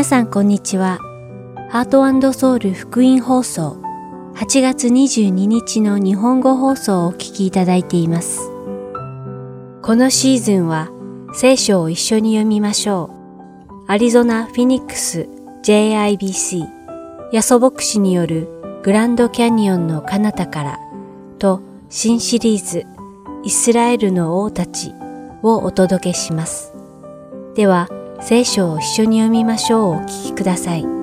皆さんこんにちは。ハート&ソウル福音放送8月22日の日本語放送をお聞きいただいています。このシーズンは聖書を一緒に読みましょう。アリゾナ・フィニックス JIBC ヤソ牧師によるグランドキャニオンの彼方からと新シリーズイスラエルの王たちをお届けします。では聖書を一緒に読みましょう。お聞きください。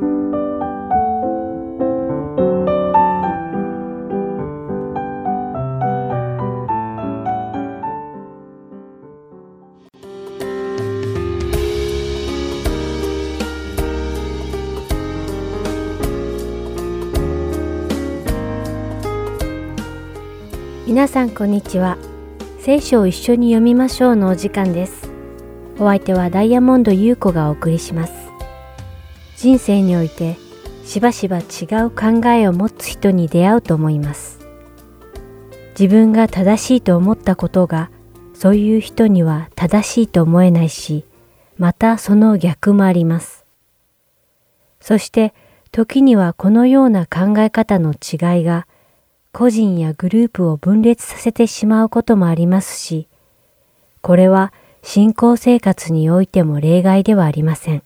皆さんこんにちは。聖書を一緒に読みましょうのお時間です。お相手はダイヤモンド優子がお送りします。人生においてしばしば違う考えを持つ人に出会うと思います。自分が正しいと思ったことがそういう人には正しいと思えないし、またその逆もあります。そして時にはこのような考え方の違いが個人やグループを分裂させてしまうこともありますし、これは信仰生活においても例外ではありません。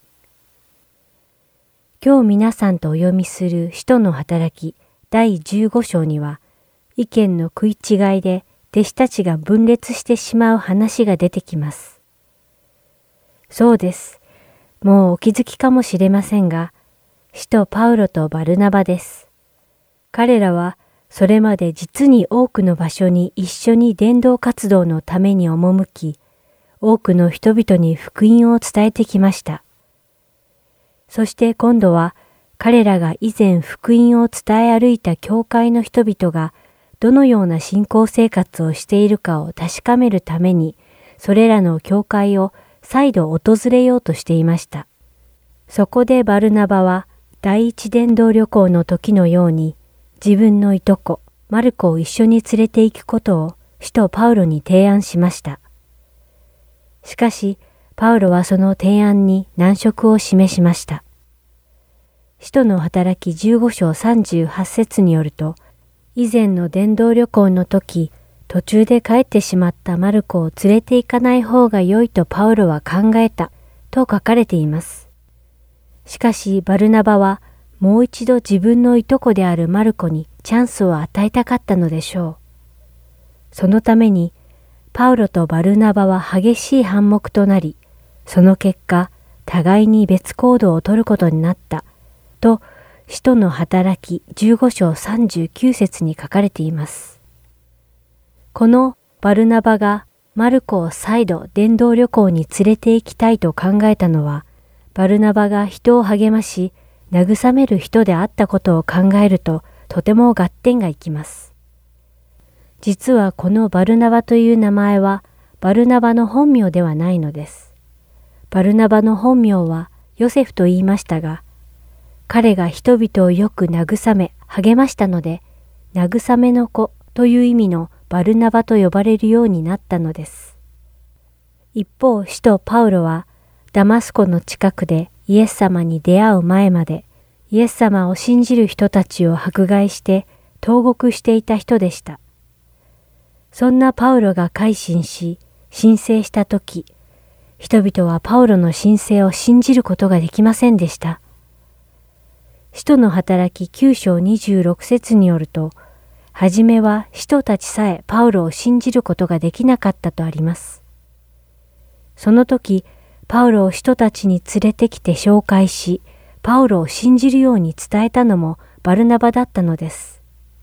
今日皆さんとお読みする使徒の働き第15章には、意見の食い違いで弟子たちが分裂してしまう話が出てきます。そうです。もうお気づきかもしれませんが、使徒パウロとバルナバです。彼らはそれまで実に多くの場所に一緒に伝道活動のために赴き、多くの人々に福音を伝えてきました。そして今度は彼らが以前福音を伝え歩いた教会の人々がどのような信仰生活をしているかを確かめるために、それらの教会を再度訪れようとしていました。そこでバルナバは第一伝道旅行の時のように、自分のいとこ、マルコを一緒に連れて行くことを使徒パウロに提案しました。しかし、パウロはその提案に難色を示しました。使徒の働き15章38節によると、以前の伝道旅行の時、途中で帰ってしまったマルコを連れて行かない方が良いとパウロは考えたと書かれています。しかし、バルナバは、もう一度自分のいとこであるマルコにチャンスを与えたかったのでしょう。そのためにパウロとバルナバは激しい反目となり、その結果互いに別行動を取ることになったと使徒の働き15章39節に書かれています。このバルナバがマルコを再度伝道旅行に連れて行きたいと考えたのは、バルナバが人を励まし慰める人であったことを考えるととても合点がいきます。実はこのバルナバという名前はバルナバの本名ではないのです。バルナバの本名はヨセフと言いましたが、彼が人々をよく慰め励ましたので、慰めの子という意味のバルナバと呼ばれるようになったのです。一方、使徒パウロはダマスコの近くでイエス様に出会う前まで、イエス様を信じる人たちを迫害して投獄していた人でした。そんなパウロが改心し、申請したとき、人々はパウロの申請を信じることができませんでした。使徒の働き9章26節によると、はじめは使徒たちさえパウロを信じることができなかったとあります。その時、パウロを人たちに連れてきて紹介し、パウロを信じるように伝えたのもバルナバだったのです。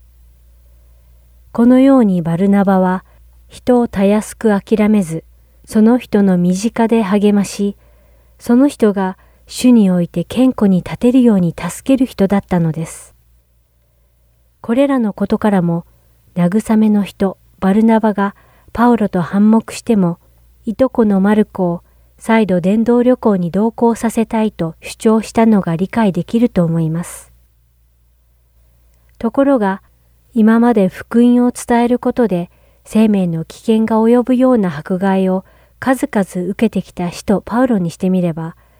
このようにバルナバは人をたやすく諦めず、その人の身近で励まし、その人が主において堅固に立てるように助ける人だったのです。これらのことからも、慰めの人バルナバがパウロと反目しても、いとこのマルコを再度伝道旅行に同行させたいと主張したのが理解できると思います。ところが、今まで福音を伝えることで生命の危険が及ぶような迫害を数々受けてきた使徒パウロにしてみれば、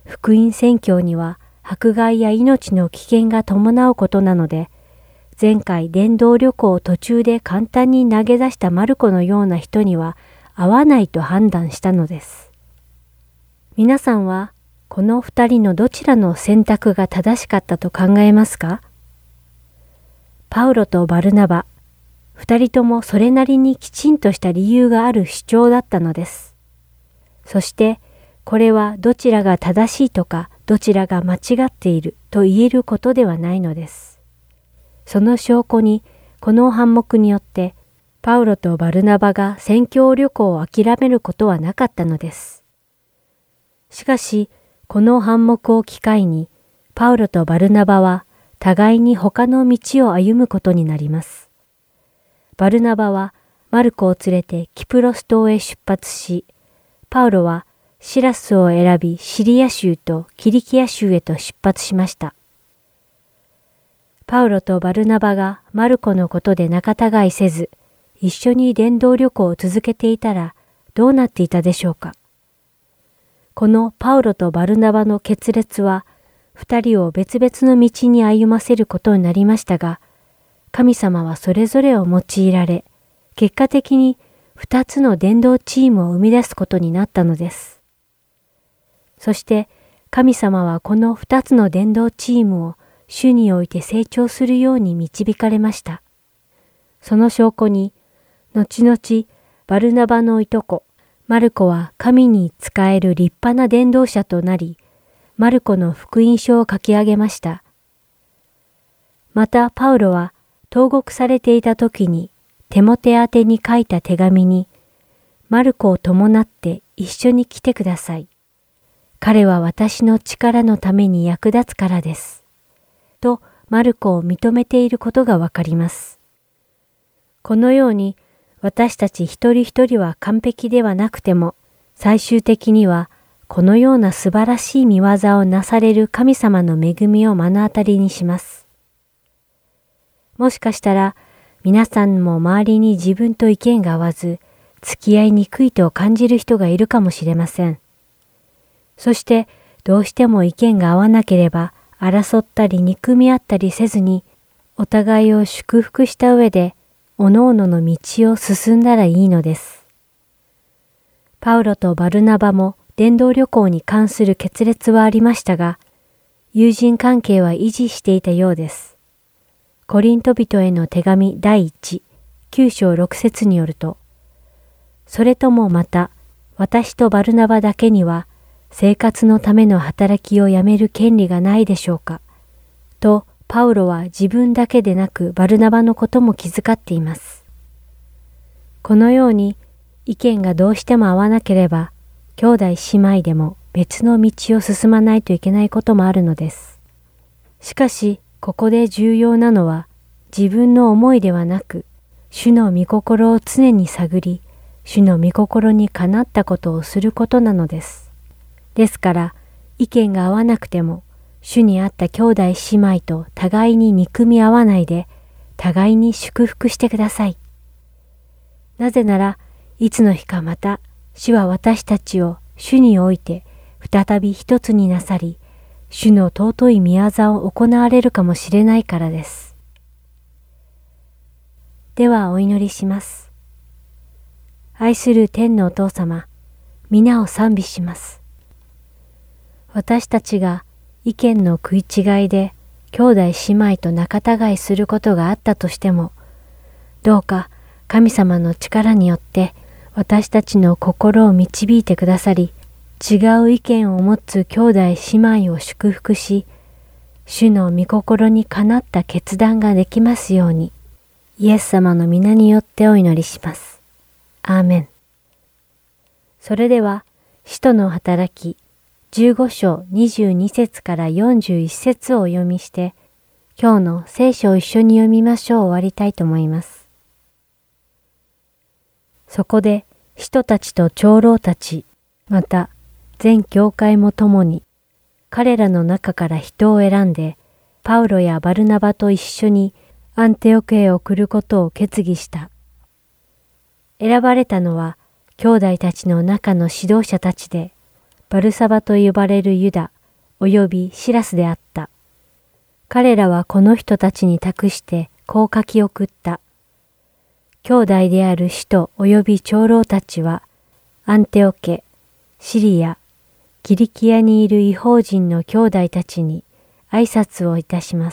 福音宣教には迫害や命の危険が伴うことなので、前回伝道旅行を途中で簡単に投げ出したマルコのような人には合わないと判断したのです。皆さんはこの二人のどちらの選択が正しかったと考えますか？パウロとバルナバ、二人ともそれなりにきちんとした理由がある主張だったのです。そして、これはどちらが正しいとか、どちらが間違っていると言えることではないのです。その証拠に、この反目によって、パウロとバルナバが宣教旅行を諦めることはなかったのです。しかし、この反目を機会に、パウロとバルナバは互いに他の道を歩むことになります。バルナバはマルコを連れてキプロス島へ出発し、パウロはシラスを選びシリア州とキリキア州へと出発しました。パウロとバルナバがマルコのことで仲違いせず、一緒に伝道旅行を続けていたらどうなっていたでしょうか。このパウロとバルナバの決裂は、二人を別々の道に歩ませることになりましたが、神様はそれぞれを用いられ、結果的に二つの伝道チームを生み出すことになったのです。そして神様はこの二つの伝道チームを主において成長するように導かれました。その証拠に、後々バルナバのいとこ、マルコは神に仕える立派な伝道者となり、マルコの福音書を書き上げました。またパウロは投獄されていた時にテモテ宛てに書いた手紙に、マルコを伴って一緒に来てください。彼は私の力のために役立つからです。とマルコを認めていることがわかります。このように私たち一人一人は完璧ではなくても、最終的にはこのような素晴らしい見業をなされる神様の恵みを目の当たりにします。もしかしたら皆さんも周りに自分と意見が合わず、付き合いにくいと感じる人がいるかもしれません。そしてどうしても意見が合わなければ争ったり憎み合ったりせずに、お互いを祝福した上で各々の道を進んだらいいのです。パウロとバルナバも伝道旅行に関する決裂はありましたが、友人関係は維持していたようです。コリント人への手紙第1、9章6節によると、それともまた、私とバルナバだけには、生活のための働きをやめる権利がないでしょうか。と、パウロは自分だけでなくバルナバのことも気遣っています。このように、意見がどうしても合わなければ、兄弟姉妹でも別の道を進まないといけないこともあるのです。しかし、ここで重要なのは、自分の思いではなく、主の御心を常に探り、主の御心にかなったことをすることなのです。ですから、意見が合わなくても、主にあった兄弟姉妹と互いに憎み合わないで、互いに祝福してください。なぜなら、いつの日かまた、主は私たちを主において再び一つになさり、主の尊い御業を行われるかもしれないからです。ではお祈りします。愛する天のお父様、皆を賛美します。私たちが意見の食い違いで兄弟姉妹と仲違いすることがあったとしても、どうか神様の力によって私たちの心を導いてくださり、違う意見を持つ兄弟姉妹を祝福し、主の御心にかなった決断ができますように、イエス様の皆によってお祈りします。アーメン。それでは、使徒の働き15章22節から41節をお読みして、今日の聖書を一緒に読みましょう終わりたいと思います。そこで、使徒たちと長老たち、また、全教会も共に、彼らの中から人を選んで、パウロやバルナバと一緒にアンテオクへ送ることを決議した。選ばれたのは、兄弟たちの中の指導者たちで、バルサバと呼ばれるユダ、 及びシラスであった。彼らはこの人たちに託してこう書き送った。兄弟である使徒及び長老たちは、アンテオケ、シリア、キリキアにいる異邦人の兄弟たちに挨拶をいたします。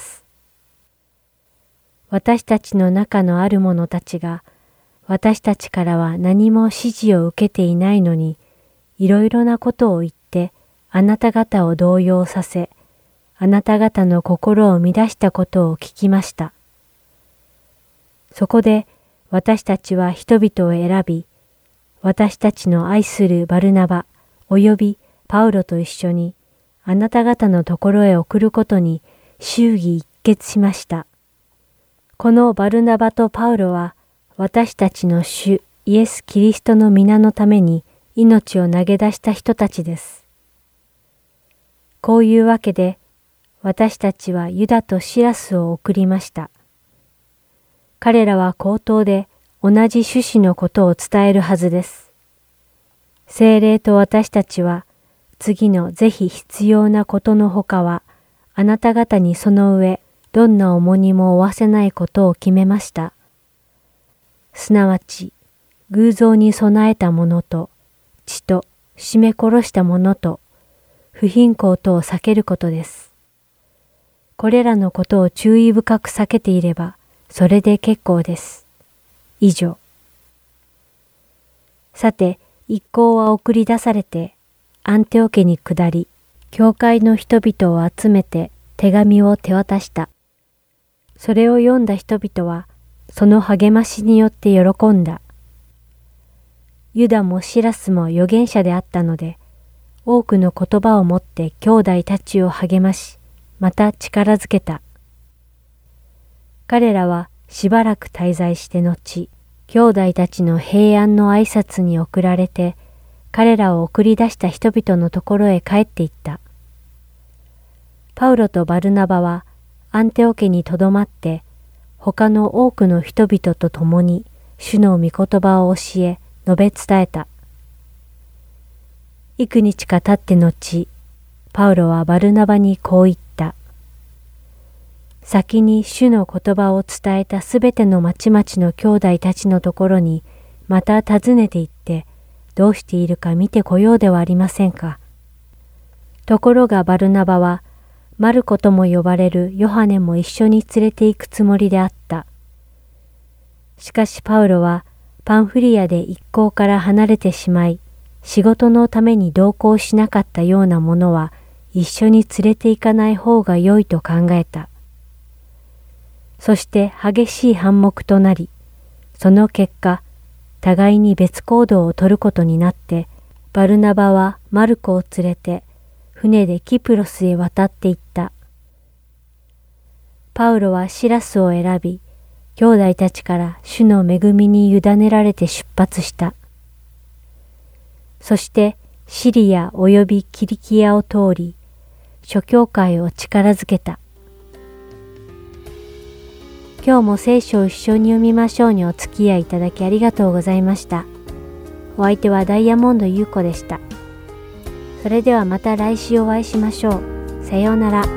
私たちの中のある者たちが、私たちからは何も指示を受けていないのに、いろいろなことを言って、あなた方を動揺させ、あなた方の心を乱したことを聞きました。そこで私たちは人々を選び、私たちの愛するバルナバ及びパウロと一緒にあなた方のところへ送ることに祝儀一決しました。このバルナバとパウロは私たちの主イエス・キリストの皆のために命を投げ出した人たちです。こういうわけで私たちはユダとシラスを送りました。彼らは口頭で同じ趣旨のことを伝えるはずです。聖霊と私たちは次のぜひ必要なことのほかはあなた方にその上どんな重荷も負わせないことを決めました。すなわち偶像に備えたものと血と絞め殺したものと不貧困とを避けることです。これらのことを注意深く避けていればそれで結構です。以上。さて、一行は送り出されて、アンテオ家に下り、教会の人々を集めて手紙を手渡した。それを読んだ人々は、その励ましによって喜んだ。ユダもシラスも預言者であったので、多くの言葉をもって兄弟たちを励まし、また力づけた。彼らはしばらく滞在して後、兄弟たちの平安の挨拶に送られて、彼らを送り出した人々のところへ帰っていった。パウロとバルナバはアンテオ家にとどまって、他の多くの人々と共に主の御言葉を教え、述べ伝えた。幾日か経って後、パウロはバルナバにこう言った。先に主の言葉を伝えたすべての町々の兄弟たちのところにまた訪ねて行ってどうしているか見てこようではありませんか。ところがバルナバはマルコとも呼ばれるヨハネも一緒に連れて行くつもりであった。しかしパウロはパンフリアで一行から離れてしまい、仕事のために同行しなかったようなものは一緒に連れて行かない方が良いと考えた。そして激しい反目となり、その結果、互いに別行動を取ることになって、バルナバはマルコを連れて、船でキプロスへ渡っていった。パウロはシラスを選び、兄弟たちから主の恵みに委ねられて出発した。そしてシリア及びキリキアを通り、諸教会を力づけた。今日も聖書を一緒に読みましょうにお付き合いいただきありがとうございました。お相手はダイヤモンド優子でした。それではまた来週お会いしましょう。さようなら。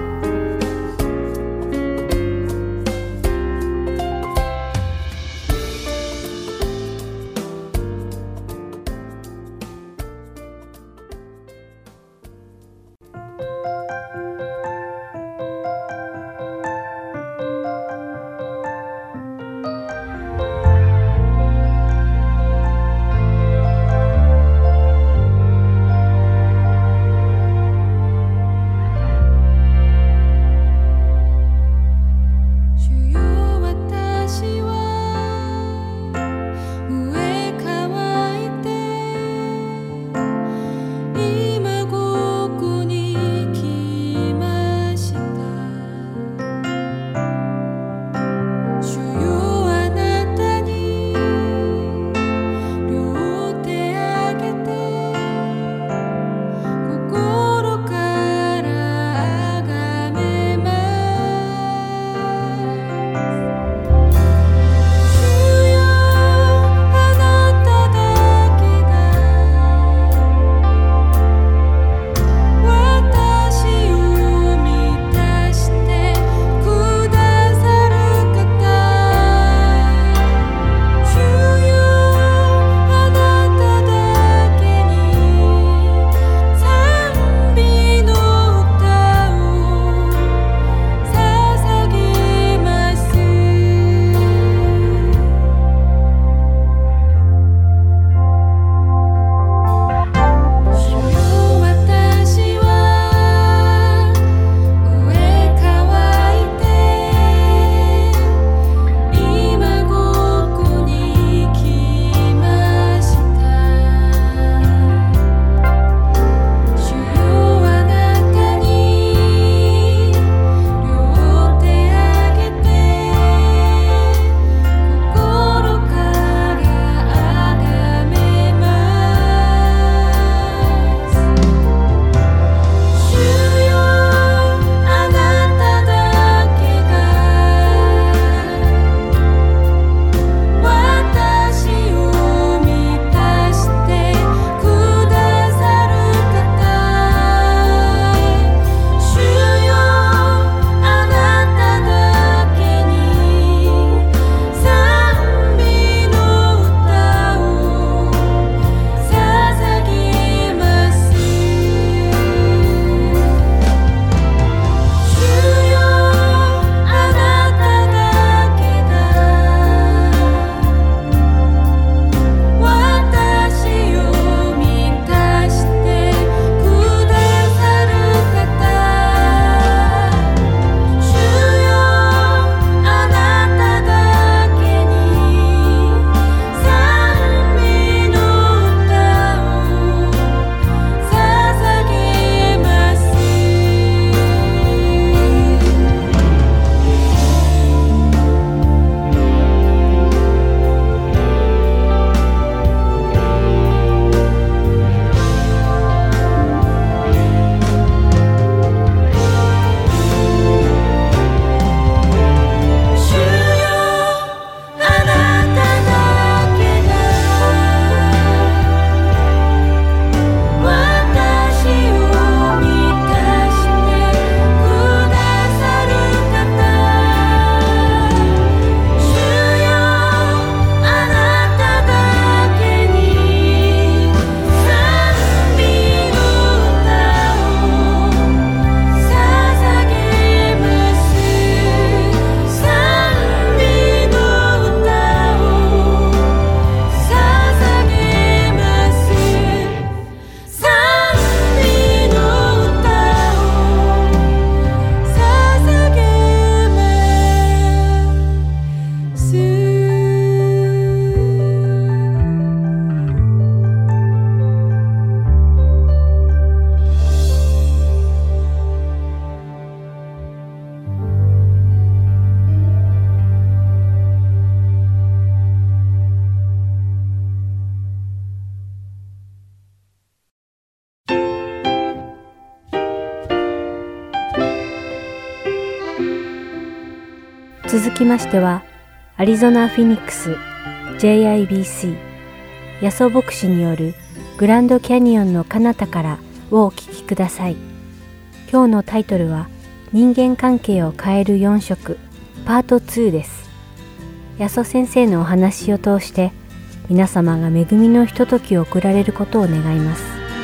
続きましては、アリゾナ・フィニックス JIBC ヤソ牧師によるグランドキャニオンの彼方からをお聞きください。今日のタイトルは人間関係を変える4色パート2です。ヤソ先生のお話を通して皆様が恵みのひとときを送られることを願います。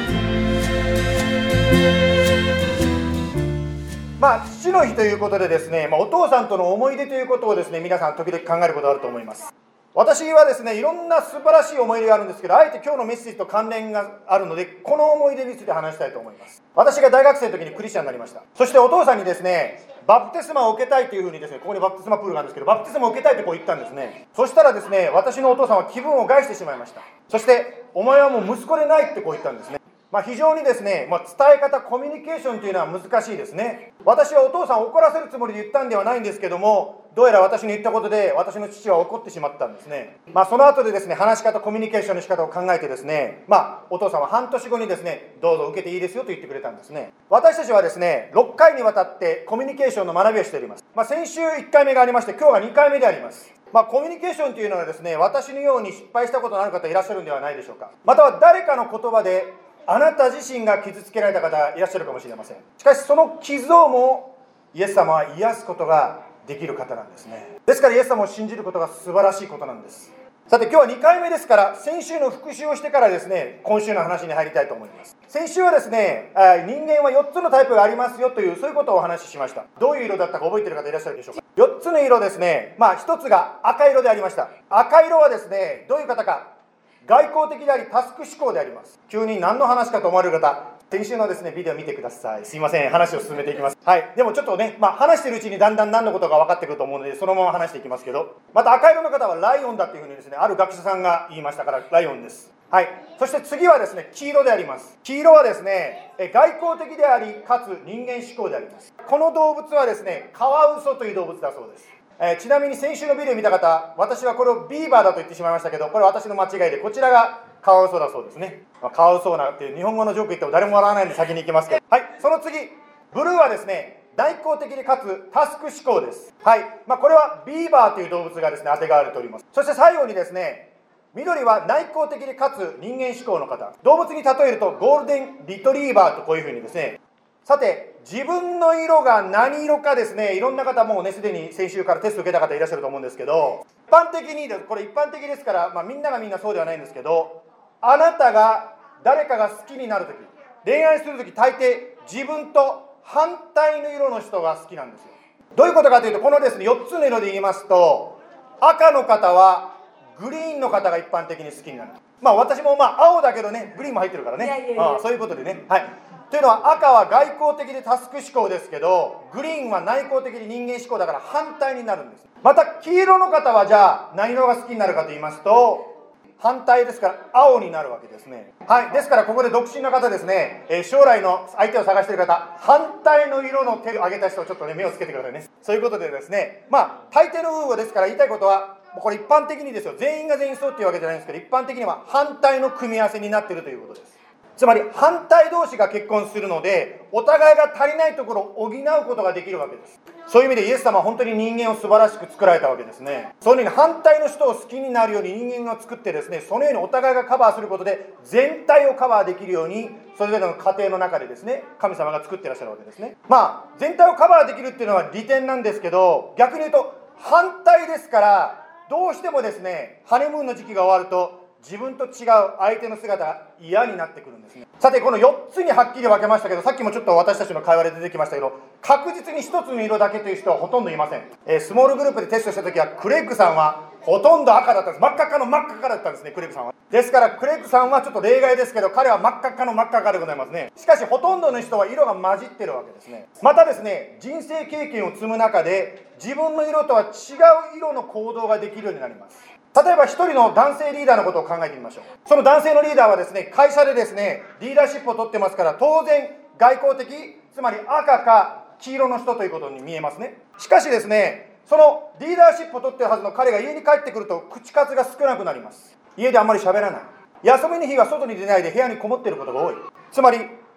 父の日ということでですね、お父さんとの思い出ということをですね、皆さん時々考えることがあると思います。私はですね、いろんな素晴らしい思い出があるんですけど、あえて今日のメッセージと関連があるので、この思い出について話したいと思います。私が大学生の時にクリスチャンになりました。そしてお父さんにですね、バプテスマを受けたいというふうにですね、ここにバプテスマプールがあるんですけど、バプテスマを受けたいってこう言ったんですね。そしたらですね、私のお父さんは気分を害してしまいました。そして、お前はもう息子でないってこう言ったんですね。非常にですね、伝え方、コミュニケーションというのは難しいですね。私はお父さんを怒らせるつもりで言ったんではないんですけども、どうやら私の言ったことで私の父は怒ってしまったんですね。その後でですね、話し方、コミュニケーションの仕方を考えてですね、お父さんは半年後にですね、どうぞ受けていいですよと言ってくれたんですね。私たちはですね、6回にわたってコミュニケーションの学びをしております。先週1回目がありまして、今日が2回目であります。コミュニケーションというのはですね、私のように失敗したことのある方いらっしゃるんではないでしょうか。または誰かの言葉であなた自身が傷つけられた方いらっしゃるかもしれません。しかしその傷をもイエス様は癒すことができる方なんですね。ですからイエス様を信じることが素晴らしいことなんです。さて今日は2回目ですから、先週の復習をしてからですね、今週の話に入りたいと思います。先週はですね、人間は4つのタイプがありますよという、そういうことをお話ししました。どういう色だったか覚えている方いらっしゃるでしょうか。4つの色ですね、1つが赤色でありました。赤色はですね、どういう方か、外交的でありタスク思考であります。急に何の話かと思われる方、先週のですねビデオ見てください。すいません、話を進めていきます。でもちょっとね、話しているうちにだんだん何のことが分かってくると思うので、そのまま話していきますけど、また赤色の方はライオンだっていうふうにですね、ある学者さんが言いましたから、ライオンです。そして次はですね、黄色であります。黄色はですね、外交的でありかつ人間思考であります。この動物はですね、カワウソという動物だそうです。ちなみに先週のビデオ見た方、私はこれをビーバーだと言ってしまいましたけど、これは私の間違いで、こちらがカワウソだそうですね。カワウソなんていう日本語のジョーク言っても誰も笑わないんで先に行きますけど、その次、ブルーはですね、内向的でかつタスク思考です。これはビーバーという動物がですね、当てがわれております。そして最後にですね、緑は内向的でかつ人間思考の方。動物に例えるとゴールデンリトリーバーとこういうふうにですね、さて、自分の色が何色かですね、いろんな方もうね、すでに先週からテスト受けた方いらっしゃると思うんですけど、一般的に、これ一般的ですから、みんながみんなそうではないんですけど、あなたが誰かが好きになるとき、恋愛するとき、大抵自分と反対の色の人が好きなんですよ。どういうことかというと、このですね、4つの色で言いますと、赤の方はグリーンの方が一般的に好きになる。私も青だけどね、グリーンも入ってるからね。そういうことでね。というのは赤は外交的でタスク思考ですけど、グリーンは内向的で人間思考だから反対になるんです。また黄色の方はじゃあ何色が好きになるかと言いますと、反対ですから青になるわけですね。ですからここで独身の方ですね、将来の相手を探している方、反対の色の手を挙げた人をちょっとね、目をつけてくださいね。そういうことでですね、大抵の部分ですから言いたいことは、これ一般的にですよ、全員が全員そうっていうわけじゃないんですけど、一般的には反対の組み合わせになっているということです。つまり反対同士が結婚するので、お互いが足りないところを補うことができるわけです。そういう意味でイエス様は本当に人間を素晴らしく作られたわけですね。そういうふうに反対の人を好きになるように人間が作ってですね、そのようにお互いがカバーすることで全体をカバーできるように、それぞれの家庭の中でですね、神様が作ってらっしゃるわけですね。全体をカバーできるっていうのは利点なんですけど、逆に言うと反対ですから、どうしてもですね、ハネムーンの時期が終わると自分と違う相手の姿が嫌になってくるんですね。さて、この4つにはっきり分けましたけど、さっきもちょっと私たちの会話で出てきましたけど、確実に1つの色だけという人はほとんどいません。スモールグループでテストした時はクレイグさんはほとんど赤だったんです。真っ赤っかの真っ赤っかだったんですね、クレイグさんは。ですからクレイグさんはちょっと例外ですけど、彼は真っ赤っかの真っ赤っかでございますね。しかしほとんどの人は色が混じってるわけですね。またですね、人生経験を積む中で自分の色とは違う色の行動ができるようになります。例えば一人の男性リーダーのことを考えてみましょう。その男性のリーダーはですね、会社でですね、リーダーシップを取ってますから、当然外交的、つまり赤か黄色の人ということに見えますね。しかしですね、そのリーダーシップを取っているはずの彼が家に帰ってくると口数が少なくなります。家であんまり喋らない。休みの日は外に出ないで部屋にこもっていることが多い。つまり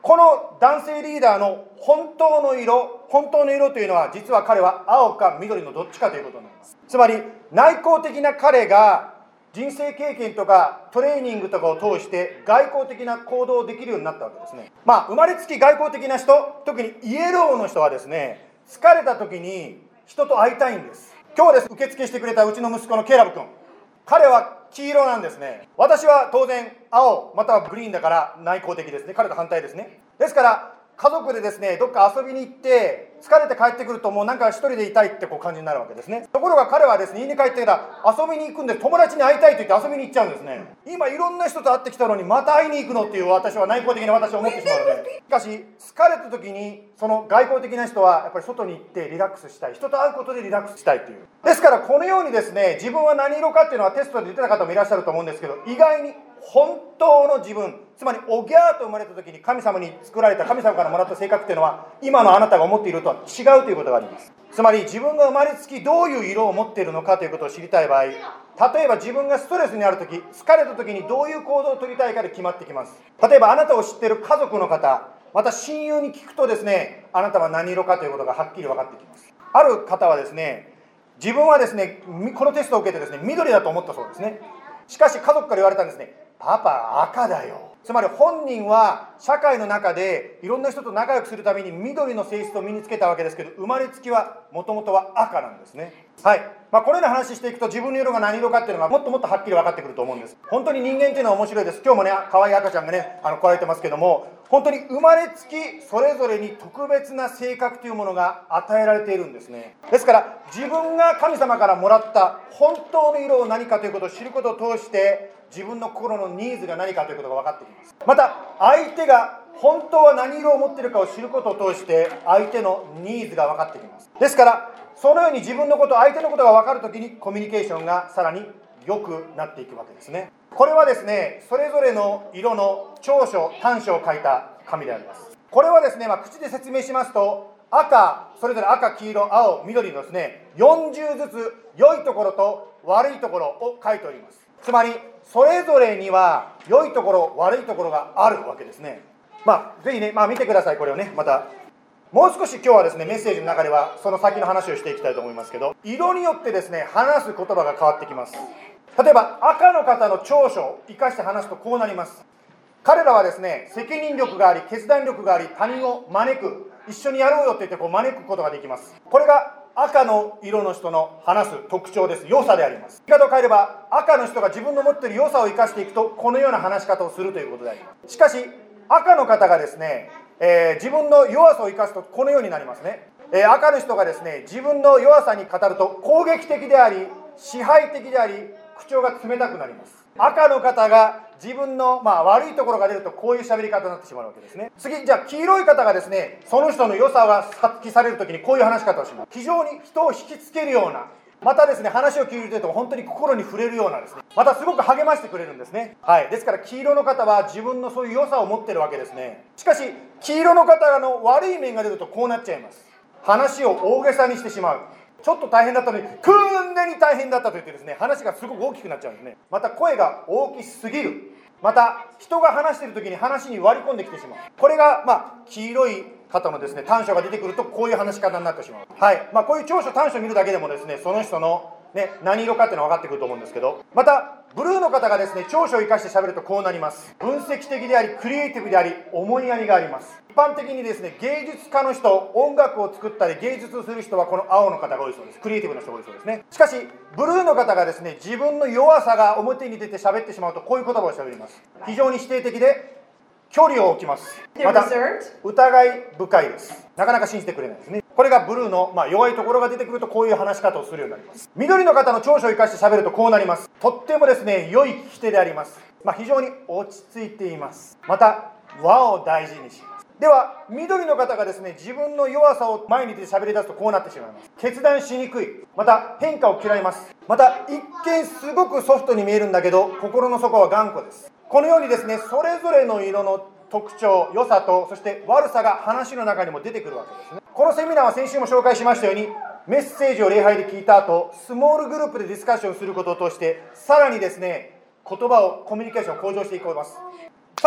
この男性リーダーの本当の色というのは、実は彼は青か緑のどっちかということになります。つまり内向的な彼が人生経験とかトレーニングとかを通して外交的な行動をできるようになったわけですね。生まれつき外交的な人、特にイエローの人はですね、疲れた時に人と会いたいんです。今日です受付してくれたうちの息子のケラブ君、彼は黄色なんですね。私は当然青またはグリーンだから内向的ですね。彼と反対ですね。ですから家族でですね、どっか遊びに行って疲れて帰ってくると、もうなんか一人でいたいって感じになるわけですね。ところが彼はですね、家に帰ってから遊びに行くんで、友達に会いたいと言って遊びに行っちゃうんですね。今いろんな人と会ってきたのにまた会いに行くのっていう、私は内向的な私は思ってしまうので。しかし疲れた時にその外交的な人はやっぱり外に行ってリラックスしたい、人と会うことでリラックスしたいという。ですからこのようにですね、自分は何色かっていうのはテストで出てた方もいらっしゃると思うんですけど、意外に本当の自分、つまりおぎゃーと生まれた時に神様に作られた、神様からもらった性格っていうのは今のあなたが思っているとは違うということがあります。つまり自分が生まれつきどういう色を持っているのかということを知りたい場合、例えば自分がストレスにある時、疲れた時にどういう行動を取りたいかで決まってきます。例えばあなたを知っている家族の方、また親友に聞くとですね、あなたは何色かということがはっきり分かってきます。ある方はですね、自分はですね、このテストを受けてですね、緑だと思ったそうですね。しかし家族から言われたんですね、パパ赤だよ。つまり本人は社会の中でいろんな人と仲良くするために緑の性質を身につけたわけですけど、生まれつきはもともとは赤なんですね。はい。このような話していくと、自分の色が何色かっていうのがもっともっとはっきり分かってくると思うんです。本当に人間っていうのは面白いです。今日もね、可愛い赤ちゃんがね来られてますけども、本当に生まれつきそれぞれに特別な性格というものが与えられているんですね。ですから自分が神様からもらった本当の色を何かということを知ることを通して、自分の心のニーズが何かということが分かってきます。また相手が本当は何色を持っているかを知ることを通して相手のニーズが分かってきます。ですからそのように自分のこと、相手のことが分かるときにコミュニケーションがさらに良くなっていくわけですね。これはですね、それぞれの色の長所短所を書いた紙であります。これはですね、口で説明しますと、それぞれ赤、黄色、青、緑のですね、40ずつ良いところと悪いところを書いております。つまりそれぞれには良いところ悪いところがあるわけですね。ぜひね、見てください。これをね、またもう少し今日はですね、メッセージの中ではその先の話をしていきたいと思いますけど、色によってですね、話す言葉が変わってきます。例えば赤の方の長所を生かして話すとこうなります。彼らはですね、責任力があり、決断力があり、他人を招く、一緒にやろうよって言って招くことができます。これが赤の色の人の話す特徴です。良さであります。言い方を変えれば、赤の人が自分の持っている良さを生かしていくと、このような話し方をするということであります。しかし赤の方がですね、自分の弱さを生かすとこのようになりますね。赤の人がですね、自分の弱さに語ると攻撃的であり、支配的であり、口調が冷たくなります。赤の方が自分の悪いところが出るとこういう喋り方になってしまうわけですね。次、じゃあ黄色い方がですね、その人の良さが発揮されるときにこういう話し方をします。非常に人を引きつけるような、またですね、話を聞いていると本当に心に触れるようなですね、またすごく励ましてくれるんですね。はい。ですから黄色の方は自分のそういう良さを持っているわけですね。しかし黄色の方の悪い面が出るとこうなっちゃいます。話を大げさにしてしまう。ちょっと大変だったのにこんなに大変だったと言ってですね、話がすごく大きくなっちゃうんですね。また声が大きすぎる。また人が話している時に話に割り込んできてしまう。これが黄色い方のですね、短所が出てくるとこういう話し方になってしまう。はい。こういう長所短所を見るだけでもですね、その人の何色かっていうのは分かってくると思うんですけど、またブルーの方がですね、長所を生かして喋るとこうなります。分析的であり、クリエイティブであり、思いやりがあります。一般的にですね、芸術家の人、音楽を作ったり芸術をする人はこの青の方が多いそうです。クリエイティブな人が多いそうですね。しかしブルーの方がですね、自分の弱さが表に出て喋ってしまうとこういう言葉を喋ります。非常に否定的で距離を置きます。また疑い深いです。なかなか信じてくれないですね。これがブルーの弱いところが出てくるとこういう話し方をするようになります。緑の方の長所を生かして喋るとこうなります。とってもですね、良い聞き手であります。非常に落ち着いています。また和を大事にします。では緑の方がですね、自分の弱さを前に出て喋り出すとこうなってしまいます。決断しにくい。また変化を嫌います。また一見すごくソフトに見えるんだけど心の底は頑固です。このようにですね、それぞれの色の特徴、良さとそして悪さが話の中にも出てくるわけですね。このセミナーは先週も紹介しましたように、メッセージを礼拝で聞いた後、スモールグループでディスカッションすることを通してさらにですね、言葉をコミュニケーションを向上していきます。さて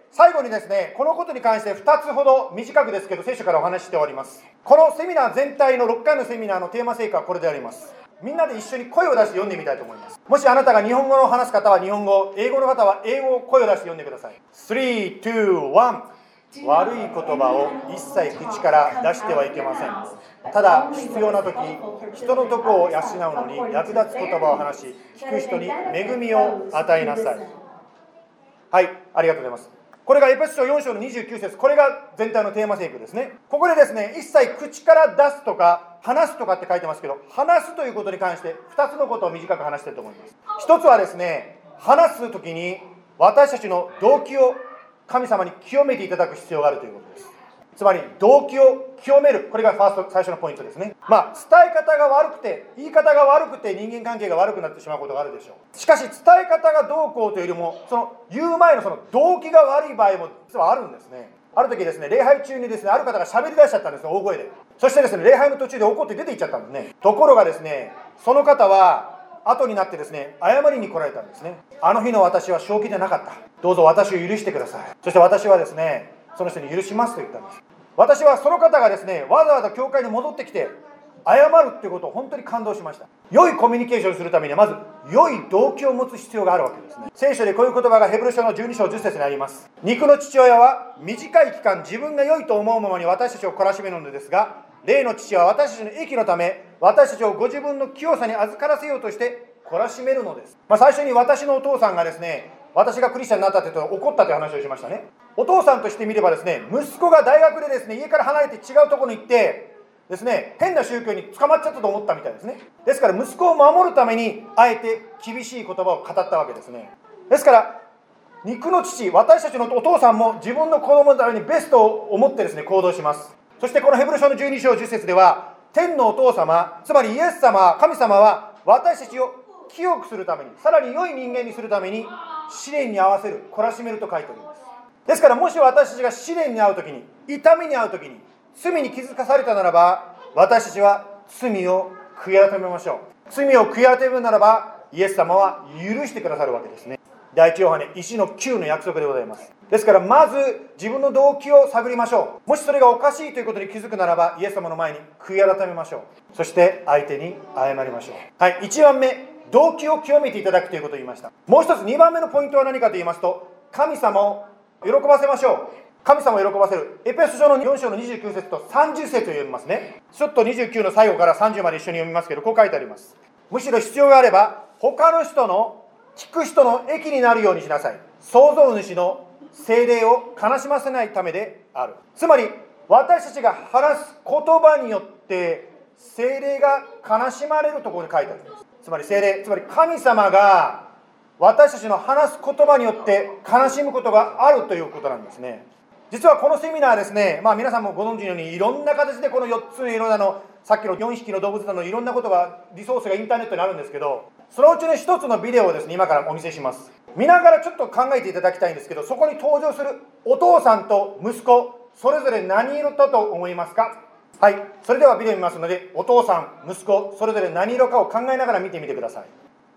最後にですね、このことに関して2つほど短くですけど聖書からお話ししております。このセミナー全体の6回のセミナーのテーマ成果はこれであります。みんなで一緒に声を出して読んでみたいと思います。もしあなたが日本語を話す方は日本語、英語の方は英語を声を出して読んでください。3、2、1。悪い言葉を一切口から出してはいけません。ただ必要な時、人の徳を養うのに役立つ言葉を話し、聞く人に恵みを与えなさい。はい、ありがとうございます。これがエペソ書4章の29節、これが全体のテーマ聖句ですね。ここでですね、一切口から出すとか話すとかって書いてますけど、話すということに関して2つのことを短く話していると思います。一つはですね、話すときに私たちの動機を神様に清めていただく必要があるということです。つまり動機を清める、これが最初のポイントですね。伝え方が悪くて、言い方が悪くて人間関係が悪くなってしまうことがあるでしょう。しかし伝え方がどうこうというよりも、その言う前のその動機が悪い場合も実はあるんですね。ある時ですね、礼拝中にですね、ある方が喋り出しちゃったんですね、大声で。そしてですね、礼拝の途中で怒って出て行っちゃったんですね。ところがですね、その方は後になってですね、謝りに来られたんですね。あの日の私は正気でなかった。どうぞ私を許してください。そして私はですね、その人に許しますと言ったんです。私はその方がですね、わざわざ教会に戻ってきて謝るっていうことを本当に感動しました。良いコミュニケーションをするためにはまず良い動機を持つ必要があるわけですね。聖書でこういう言葉がヘブル書の12章10節にあります。肉の父親は短い期間自分が良いと思うままに私たちを懲らしめるのですが、霊の父は私たちの益のため私たちをご自分の清さに預からせようとして懲らしめるのです。最初に私のお父さんがですね、私がクリスチャンになったって言うと怒ったという話をしましたね。お父さんとしてみればですね、息子が大学でですね、家から離れて違うところに行ってですね、変な宗教に捕まっちゃったと思ったみたいですね。ですから息子を守るためにあえて厳しい言葉を語ったわけですね。ですから肉の父、私たちのお父さんも自分の子供のためにベストを思ってですね、行動します。そしてこのヘブル書の12章10節では、天のお父様、つまりイエス様、神様は私たちを清くするために、さらに良い人間にするために試練に合わせる、懲らしめると書いております。ですからもし私たちが試練に遭うときに、痛みに遭うときに、罪に気づかされたならば、私たちは罪を悔い改めましょう。罪を悔い改めるならば、イエス様は許してくださるわけですね。第一ヨハネ1の9の約束でございます。ですからまず自分の動機を探りましょう。もしそれがおかしいということに気づくならば、イエス様の前に悔い改めましょう。そして相手に謝りましょう。はい、1番目、動機を清めていただくということを言いました。もう一つ2番目のポイントは何かと言いますと、神様を喜ばせましょう。神様を喜ばせる。エペソ書の4章の29節と30節を読みますね。ちょっと29の最後から30まで一緒に読みますけど、こう書いてあります。むしろ必要があれば他の人の聞く人の益になるようにしなさい。創造主の聖霊を悲しませないためである。つまり私たちが話す言葉によって聖霊が悲しまれるところに書いてあるんです。つまり聖霊、つまり神様が私たちの話す言葉によって悲しむことがあるということなんですね。実はこのセミナーですね、皆さんもご存知のようにいろんな形でこの4つのいろんなさっきの4匹の動物などのいろんなことがリソースがインターネットにあるんですけど、そのうちの一つのビデオをですね、今からお見せします。見ながらちょっと考えていただきたいんですけど、そこに登場するお父さんと息子、それぞれ何色だと思いますか？はい、それではビデオ見ますので、お父さん、息子、それぞれ何色かを考えながら見てみてください。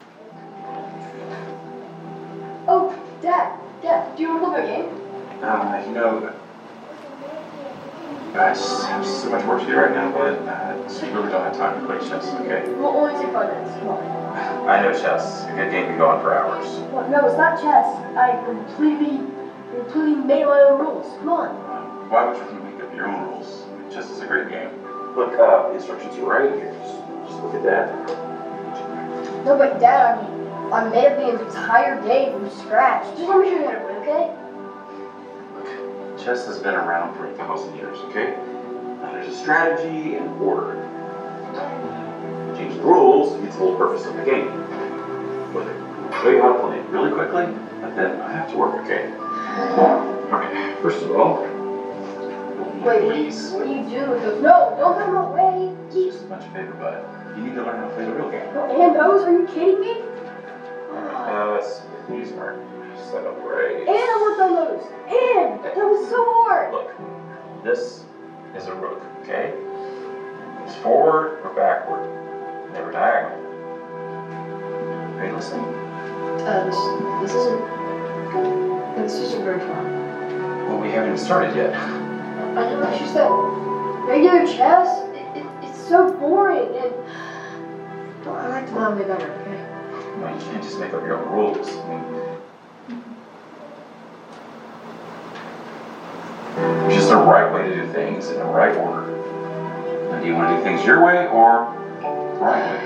Oh, Dad, do you want to play a game? I just have so much work to do right now, but just really don't have time to play chess, okay? We'll only take 5 minutes, come on. I know chess. A good game can go on for hours. What? No, it's not chess. I completely made my own rules. Come on. Why would you make up your own rules? Chess is a great game. Look, the instructions are right here. Just look at that. No, but Dad, I made up the entire game from scratch. Just let me show you how to win, okay? Chess has been around for 1,000 years, okay? Now there's a strategy and order. Change the rules defeats the whole purpose of the game. Look, I'll show you how to play it really quickly, but then I have to work, okay? Alright, first of all, Wait, please. what do you do with those? No, don't throw them away. It's just a bunch of paper, bud. You need to learn how to play the real game. And those? Are you kidding me? These aren't set up right. And I worked on those. And that was so hard. Look, this is a rook, okay? It's forward or backward, never diagonal. Are you listening? This isn't very fun. haven't even started yet. I know, it's just that regular chess, it's so boring, and I like to know way better, okay? No, you can't just make up your own rules. I mean, there's just a right way to do things in the right order. Now, do you want to do things your way or the right way?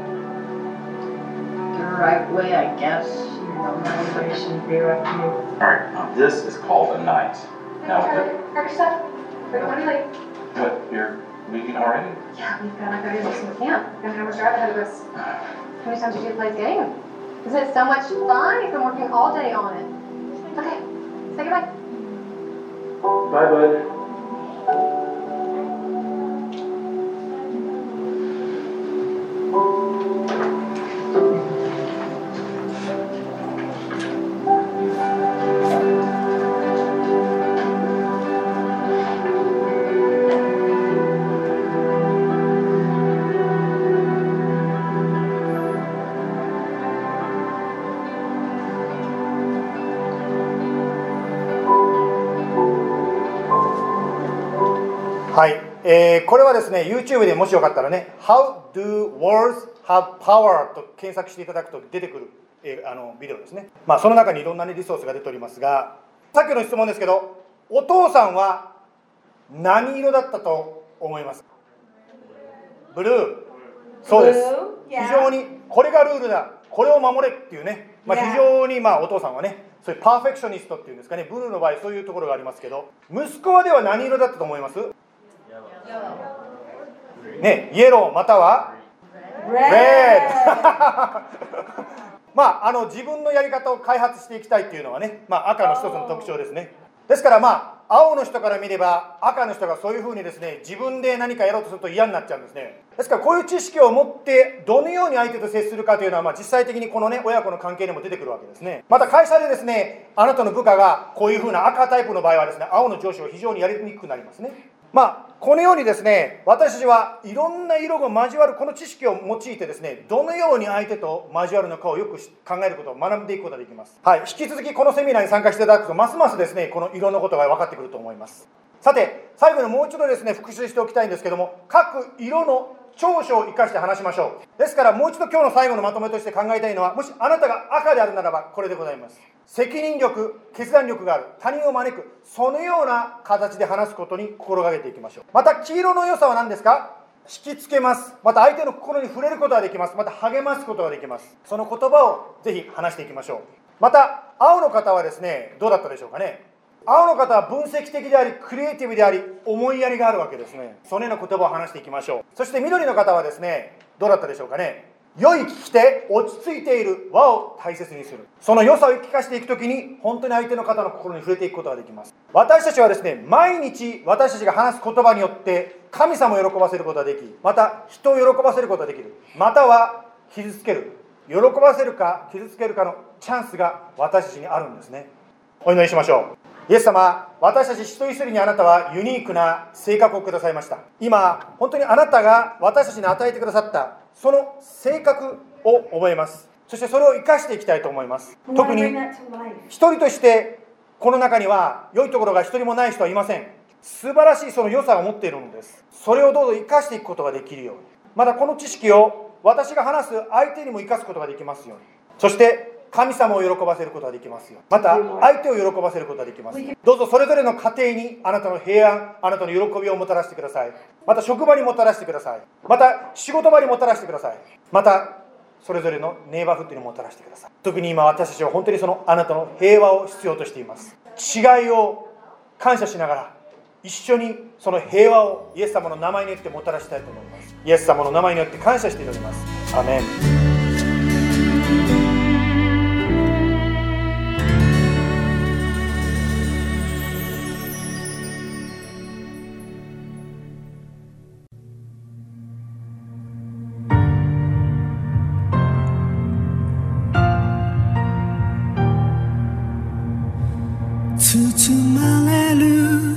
The right way, I guess. You know, my way shouldn't be right to you. Alright, now this is called a knight. Now, Parker, stop. We're going to be late. what, you're leaving already? Yeah, we've got to go to some camp. We've got an hour's drive ahead of us. How many times did you play this game? Isn't it so much fun? You've been working all day on it. Okay, say goodbye. Bye, bud. はい、これはですね YouTube でもしよかったらね How do words have power と検索していただくと出てくる、ビデオですね。まあその中にいろんな、ね、リソースが出ておりますが、さっきの質問ですけど、お父さんは何色だったと思います？ブルー。そうです。非常にこれがルールだ、これを守れっていうね、まあ、非常にまあお父さんはね、そういうパーフェクショニストっていうんですかね、ブルーの場合そういうところがありますけど、息子はでは何色だったと思います？ね、イエローまたはレッドまあ、自分のやり方を開発していきたいっていうのはね、まあ、赤の一つの特徴ですね。ですからまあ青の人から見れば赤の人がそういうふうにですね自分で何かやろうとすると嫌になっちゃうんですね。ですからこういう知識を持ってどのように相手と接するかというのは、まあ実際的にこのね親子の関係にも出てくるわけですね。また会社でですねあなたの部下がこういうふうな赤タイプの場合はですね青の上司は非常にやりにくくなりますね。まあこのようにですね私たちはいろんな色が交わるこの知識を用いてですねどのように相手と交わるのかをよく考えることを学んでいくことができます。はい、引き続きこのセミナーに参加していただくとますますですねこの色のことが分かってくると思います。さて最後にもう一度ですね復習しておきたいんですけども、各色の長所を生かして話しましょう。ですからもう一度今日の最後のまとめとして考えたいのは、もしあなたが赤であるならばこれでございます。責任力、決断力がある、他人を招く、そのような形で話すことに心がけていきましょう。また黄色の良さは何ですか？引きつけます。また相手の心に触れることができます。また励ますことができます。その言葉をぜひ話していきましょう。また青の方はですねどうだったでしょうかね。青の方は分析的でありクリエイティブであり思いやりがあるわけですね。そのような言葉を話していきましょう。そして緑の方はですねどうだったでしょうかね。良い聞き手、落ち着いている、和を大切にする。その良さを生かしていくときに本当に相手の方の心に触れていくことができます。私たちはですね毎日私たちが話す言葉によって神様を喜ばせることができ、また人を喜ばせることができる、または傷つける、喜ばせるか傷つけるかのチャンスが私たちにあるんですね。お祈りしましょう。イエス様、私たち一人一人にあなたはユニークな性格をくださいました。今本当にあなたが私たちに与えてくださったその性格を覚えます。そしてそれを生かしていきたいと思います。特に一人としてこの中には良いところが一人もない人はいません。素晴らしいその良さを持っているのです。それをどうぞ生かしていくことができるように、またこの知識を私が話す相手にも生かすことができますように、そして神様を喜ばせることができますよ。また相手を喜ばせることができます。どうぞそれぞれの家庭にあなたの平安、あなたの喜びをもたらしてください。また職場にもたらしてください。また仕事場にもたらしてください。またそれぞれのネイバーフッドにもたらしてください。特に今私たちは本当にそのあなたの平和を必要としています。違いを感謝しながら一緒にその平和をイエス様の名前によってもたらしたいと思います。イエス様の名前によって感謝しております。アメン。 包まれる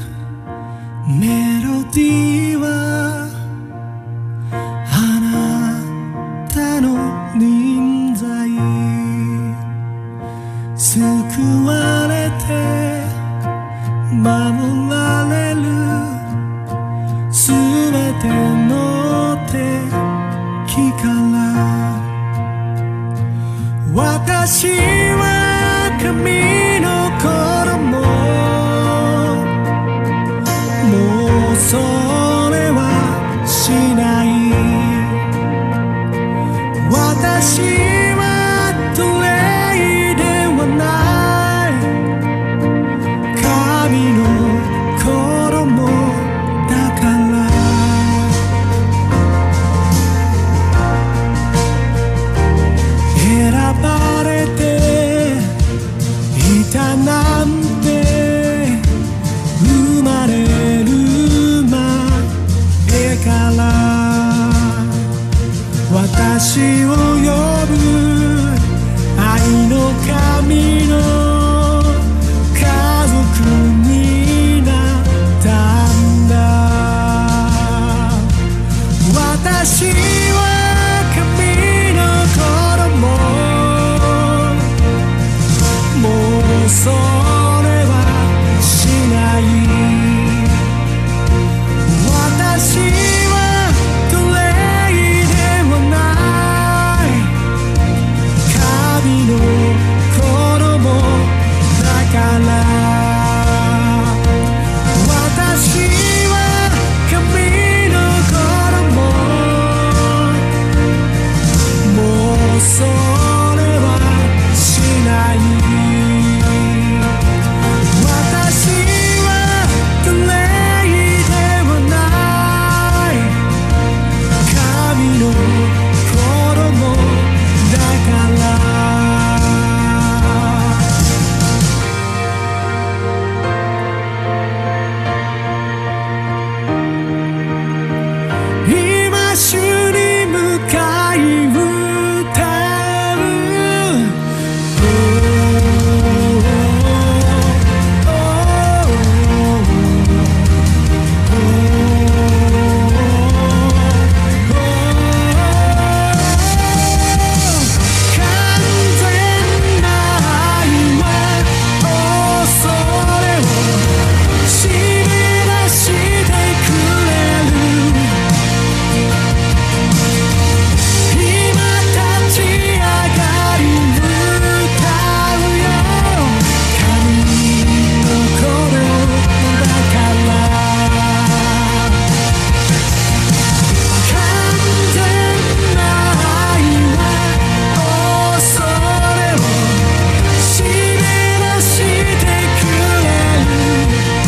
メロディーはあなたの臨在、救われて守られるすべての敵から私は神の子供もうそれはしない私は奴隷ではない神の子供だから選ばれていたなんて生まれる前から私を呼ぶ愛の神の家族になったんだ私は神の子供もうそれはしない私は奴隷ではない神の子供だから私は神の子供もうそれはしない私は奴隷ではない神の子供だから今主に向かい歌う完全な愛は恐れを締め出してくれる今立ち上がり歌うよ神の子だから完全な愛は恐れを締め出してくれる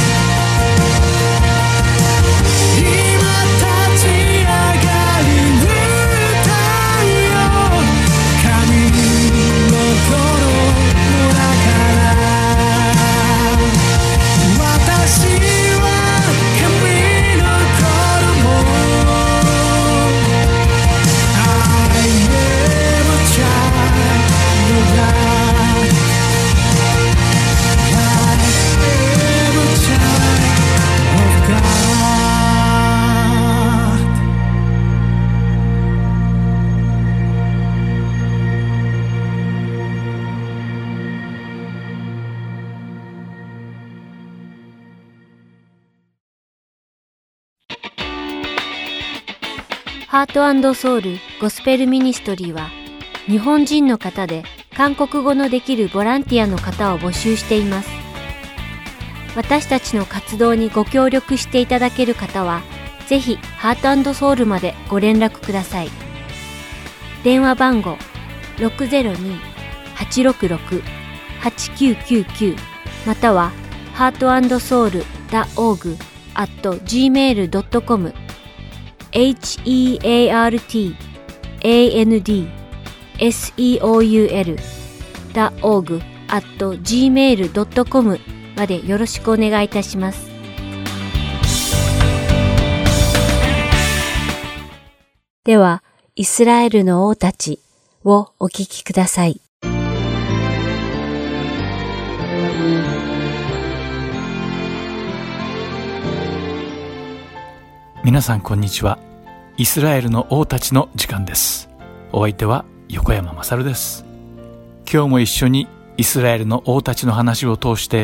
今立ち上がり歌うよ神の子だから私は神の子供 I am a child of God I am a child of God ハート&ソウルゴスペルミニストリーは日本人の方で韓国語のできるボランティアの方を募集しています。私たちの活動にご協力していただける方はぜひハート&ソウルまでご連絡ください。電話番号 602-866-8999 または heartandsoul.org@gmail.com heartandseoul.org@gmail.com までよろしくお願いいたします。では、イスラエルの王たちをお聞きください。 皆さんこんにちは。イスラエルの王たちの時間です。お相手は横山勝です。今日も一緒にイスラエルの王たちの話を通して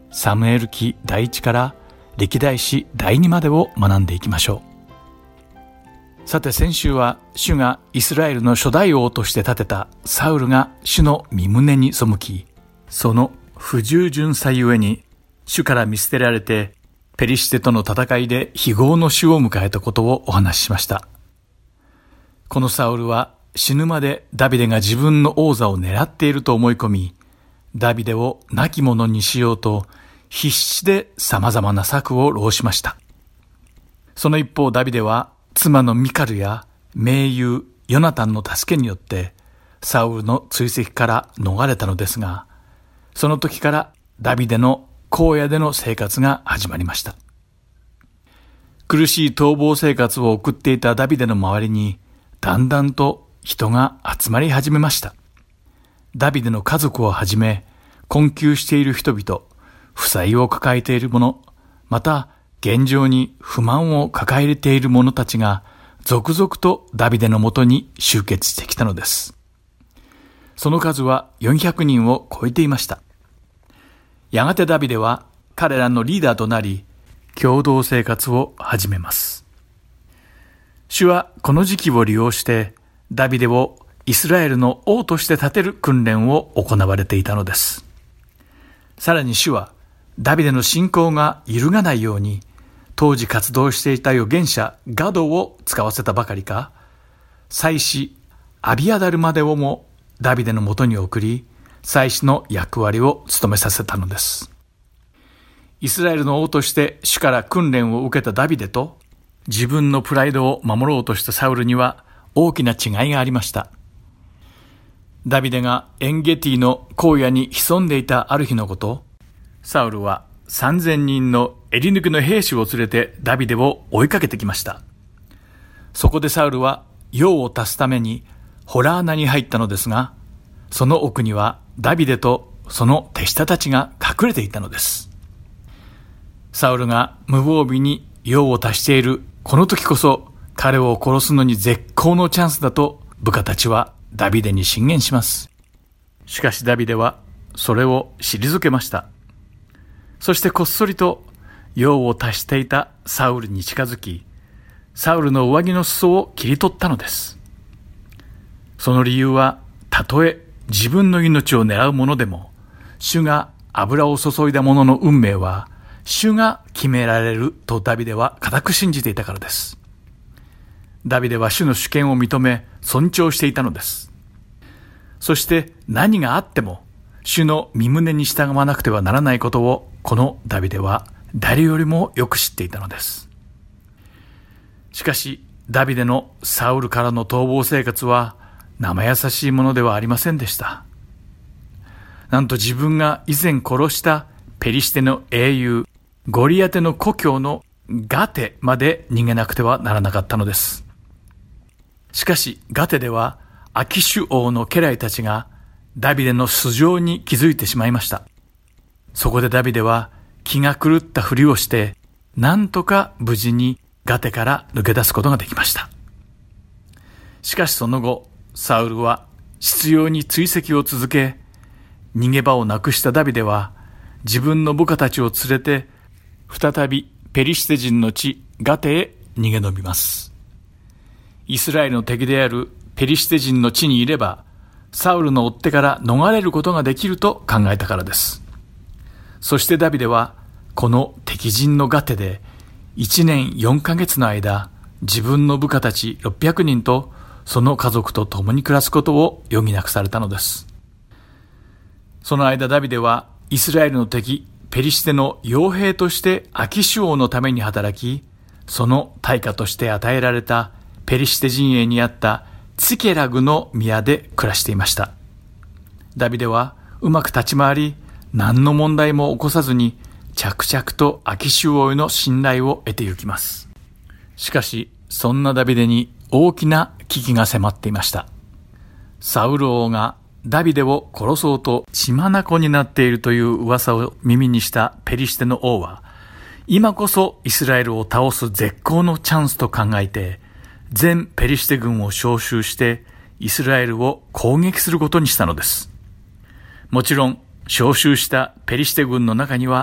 サムエル記第1から歴代史第2までを学んでいきましょう。さて先週は主がイスラエルの初代王として立てたサウルが主の御胸に背き、その不従順さゆえに主から見捨てられてペリシテとの戦いで非業の死を迎えたことをお話ししました。このサウルは死ぬまでダビデが自分の王座を狙っていると思い込み、ダビデを亡き者にしようと必死で様々な策を弄しました。その一方ダビデは妻のミカルや盟友ヨナタンの助けによってサウルの追跡から逃れたのですが、その時からダビデの荒野での生活が始まりました。苦しい逃亡生活を送っていたダビデの周りにだんだんと人が集まり始めました。ダビデの家族をはじめ困窮している人々、負債を抱えている者、また現状に不満を抱えている者たちが続々とダビデのもとに集結してきたのです。その数は400人を超えていました。やがてダビデは彼らのリーダーとなり、共同生活を始めます。主はこの時期を利用してダビデをイスラエルの王として立てる訓練を行われていたのです。さらに主はダビデの信仰が揺るがないように当時活動していた預言者ガドを使わせたばかりか、祭司アビアダルまでをもダビデのもとに送り、祭司の役割を務めさせたのです。イスラエルの王として主から訓練を受けたダビデと、自分のプライドを守ろうとしたサウルには大きな違いがありました。ダビデがエンゲティの荒野に潜んでいたある日のこと、サウルは3000人の襟抜きの兵士を連れてダビデを追いかけてきました。そこでサウルは用を足すためにホラー穴に入ったのですが、その奥にはダビデとその手下たちが隠れていたのです。サウルが無防備に用を足しているこの時こそ彼を殺すのに絶好のチャンスだと部下たちはダビデに進言します。しかしダビデはそれを退けました。そしてこっそりと用を足していたサウルに近づき、サウルの上着の裾を切り取ったのです。その理由は、たとえ自分の命を狙う者でも、主が油を注いだ者の運命は、主が決められるとダビデは固く信じていたからです。ダビデは主の主権を認め、尊重していたのです。そして何があっても、主の御胸に従わなくてはならないことを、このダビデは誰よりもよく知っていたのです。しかし、ダビデのサウルからの逃亡生活は、生優しいものではありませんでした。なんと自分が以前殺したペリシテの英雄、ゴリアテの故郷のガテまで逃げなくてはならなかったのです。しかしガテではアキシュ王の家来たちがダビデの素性に気づいてしまいました。そこでダビデは気が狂ったふりをして、なんとか無事にガテから抜け出すことができました。しかしその後、サウルは執拗に追跡を続け、逃げ場をなくしたダビデは自分の部下たちを連れて再びペリシテ人の地ガテへ逃げ延びます。イスラエルの敵であるペリシテ人の地にいればサウルの追っ手から逃れることができると考えたからです。そしてダビデはこの敵陣のガテで1年4ヶ月の間、自分の部下たち600人とその家族と共に暮らすことを余儀なくされたのです。その間ダビデはイスラエルの敵ペリシテの傭兵としてアキシュ王のために働き、その対価として与えられたペリシテ陣営にあったツケラグの宮で暮らしていました。ダビデはうまく立ち回り、何の問題も起こさずに着々とアキシュ王への信頼を得てゆきます。しかしそんなダビデに大きな危機が迫っていました。サウル王がダビデを殺そうと血眼になっているという噂を耳にしたペリシテの王は、今こそイスラエルを倒す絶好のチャンスと考えて、全ペリシテ軍を招集してイスラエルを攻撃することにしたのです。もちろん招集したペリシテ軍の中には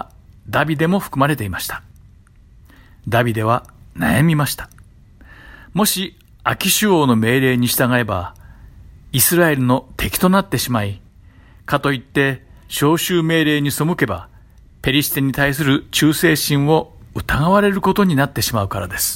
ダビデも含まれていました。ダビデは悩みました。もしアキシュ王の命令に従えば、イスラエルの敵となってしまい、かといって召集命令に背けば、ペリシテに対する忠誠心を疑われることになってしまうからです。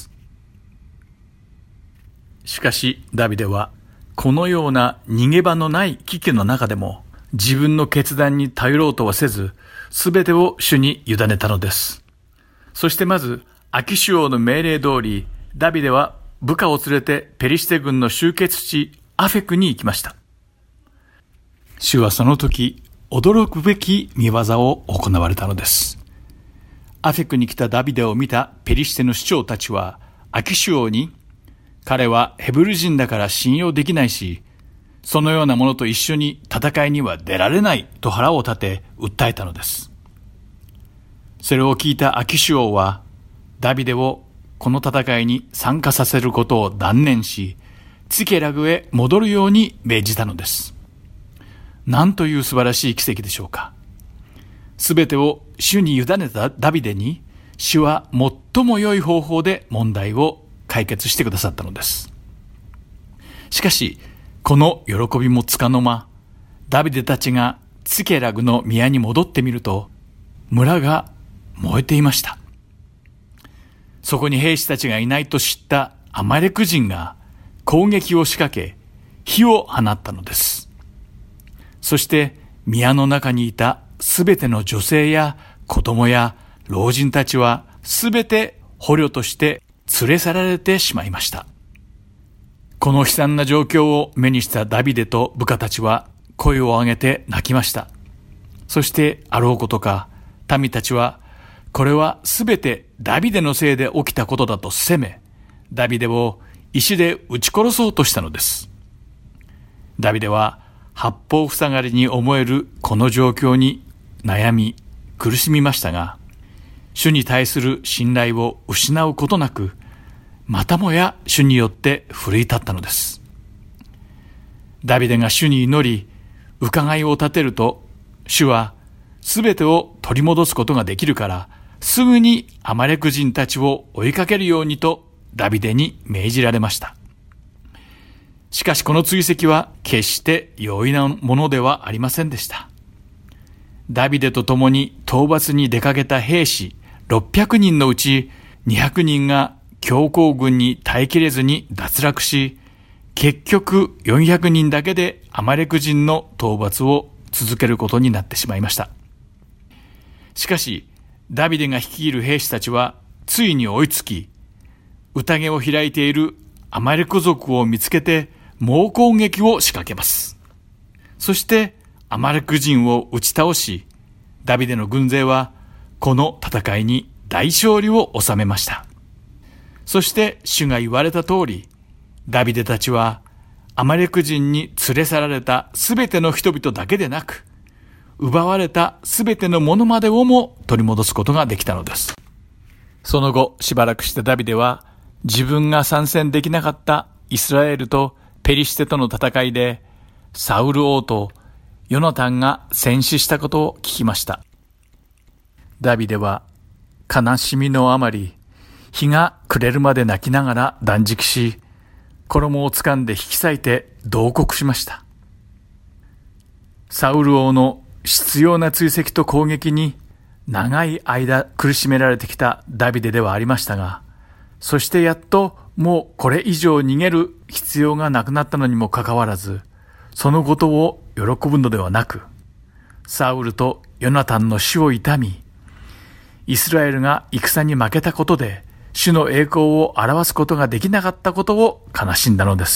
しかしダビデは、このような逃げ場のない危機の中でも、自分の決断に頼ろうとはせず、すべてを主に委ねたのです。そしてまず、アキシュ王の命令通り、ダビデは部下を連れてペリシテ軍の集結地アフェクに行きました。主はその時、驚くべき見業を行われたのです。アフェクに来たダビデを見たペリシテの首長たちは、アキシュ王に、彼はヘブル人だから信用できないし、そのような者と一緒に戦いには出られないと腹を立て訴えたのです。それを聞いたアキシュ王は、ダビデをこの戦いに参加させることを断念し、ツケラグへ戻るように命じたのです。なんという素晴らしい奇跡でしょうか。すべてを主に委ねたダビデに、主は最も良い方法で問題を解決してくださったのです。しかし、この喜びもつかの間、ダビデたちがツケラグの宮に戻ってみると、村が燃えていました。そこに兵士たちがいないと知ったアマレク人が攻撃を仕掛け、火を放ったのです。そして宮の中にいたすべての女性や子供や老人たちはすべて捕虜として連れ去られてしまいました。この悲惨な状況を目にしたダビデと部下たちは声を上げて泣きました。そしてあろうことか、民たちはこれはすべてダビデのせいで起きたことだと責め、ダビデを石で撃ち殺そうとしたのです。ダビデは八方塞がりに思えるこの状況に悩み苦しみましたが、主に対する信頼を失うことなく、またもや主によって奮い立ったのです。ダビデが主に祈り、伺いを立てると、主はすべてを取り戻すことができるから、すぐにアマレク人たちを追いかけるようにとダビデに命じられました。しかしこの追跡は決して容易なものではありませんでした。ダビデと共に討伐に出かけた兵士600人のうち200人が強行軍に耐えきれずに脱落し、結局400人だけでアマレク人の討伐を続けることになってしまいました。しかし、ダビデが率いる兵士たちはついに追いつき、宴を開いているアマレク族を見つけて猛攻撃を仕掛けます。そしてアマレク人を打ち倒し、ダビデの軍勢はこの戦いに大勝利を収めました。そして主が言われた通り、ダビデたちはアマレク人に連れ去られたすべての人々だけでなく、奪われたすべてのものまでをも取り戻すことができたのです。その後しばらくしてダビデは、自分が参戦できなかったイスラエルとペリシテとの戦いで、サウル王とヨナタンが戦死したことを聞きました。ダビデは悲しみのあまり、日が暮れるまで泣きながら断食し、衣を掴んで引き裂いて慟哭しました。サウル王の執拗な追跡と攻撃に長い間苦しめられてきたダビデではありましたが、そしてやっともうこれ以上逃げる必要がなくなったのにもかかわらず、そのことを喜ぶのではなく、サウルとヨナタンの死を悼み、イスラエルが戦に負けたことで主の栄光を表すことができなかったことを悲しんだのです。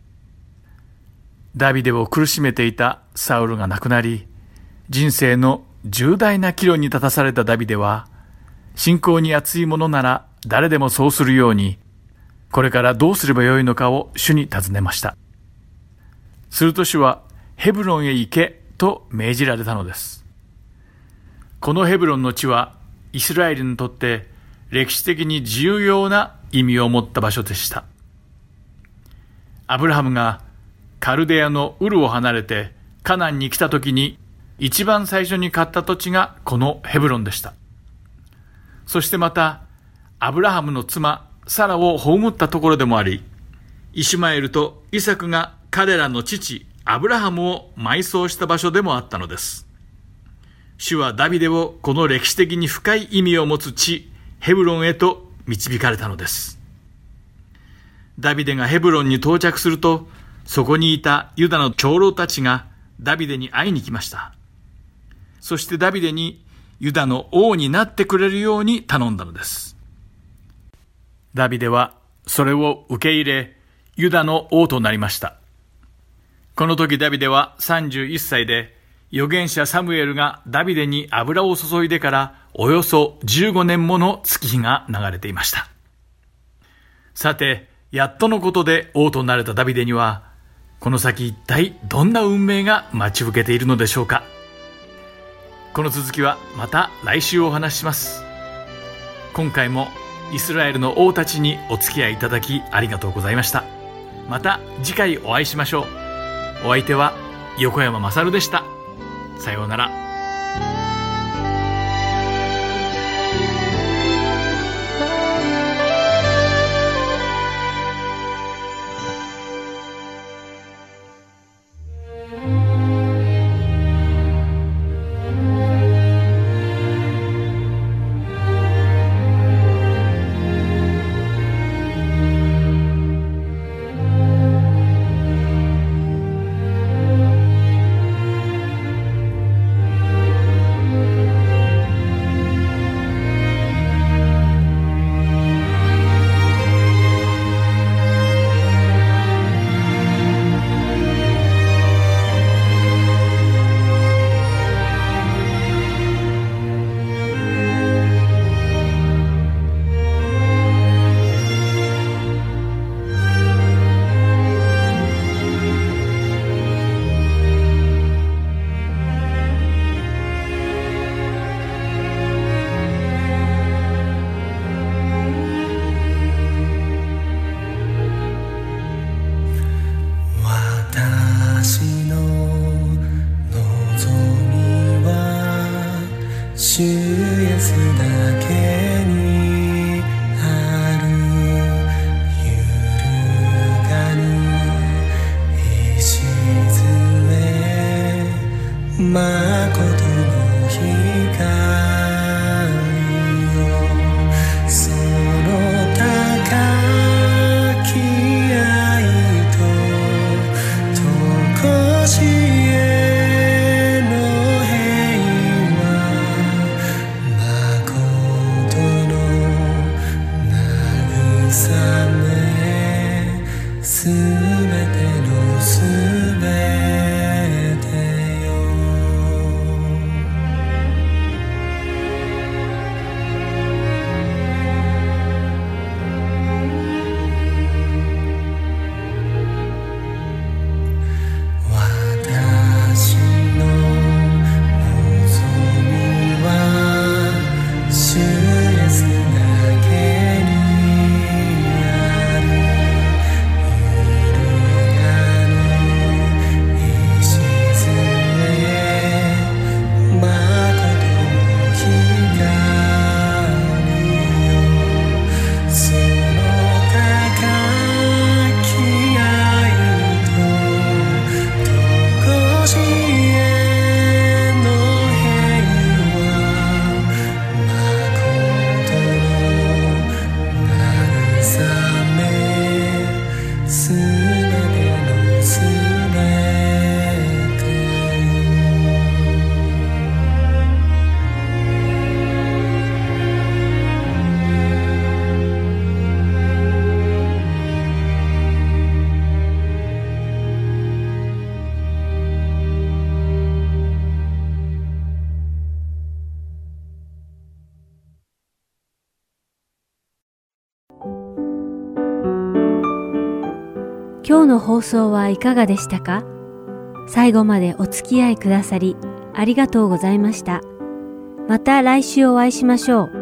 ダビデを苦しめていたサウルが亡くなり、人生の重大な岐路に立たされたダビデは、信仰に熱いものなら誰でもそうするように、これからどうすればよいのかを主に尋ねました。すると主はヘブロンへ行けと命じられたのです。このヘブロンの地はイスラエルにとって歴史的に重要な意味を持った場所でした。アブラハムがカルデアのウルを離れてカナンに来た時に一番最初に買った土地がこのヘブロンでした。 そしてまたアブラハムの妻サラを葬ったところでもあり、イシュマエルとイサクが彼らの父アブラハムを埋葬した場所でもあったのです。主はダビデをこの歴史的に深い意味を持つ地ヘブロンへと導かれたのです。ダビデがヘブロンに到着すると、そこにいたユダの長老たちがダビデに会いに来ました。そしてダビデにユダの王になってくれるように頼んだのです。ダビデはそれを受け入れ、ユダの王となりました。この時ダビデは31歳で、預言者サムエルがダビデに油を注いでからおよそ15年もの月日が流れていました。さて、やっとのことで王となれたダビデには、この先一体どんな運命が待ち受けているのでしょうか。この続きはまた来週お話しします。今回もイスラエルの王たちにお付き合いいただきありがとうございました。また次回お会いしましょう。お相手は横山まさるでした。さようなら。 主イエスだけにある揺るがぬ礎まことの光よその高き愛ととこしえすべてのすべてよ私の望みは主イエスだけに今日の放送はいかがでしたか？最後までお付き合いくださりありがとうございました。また来週お会いしましょう。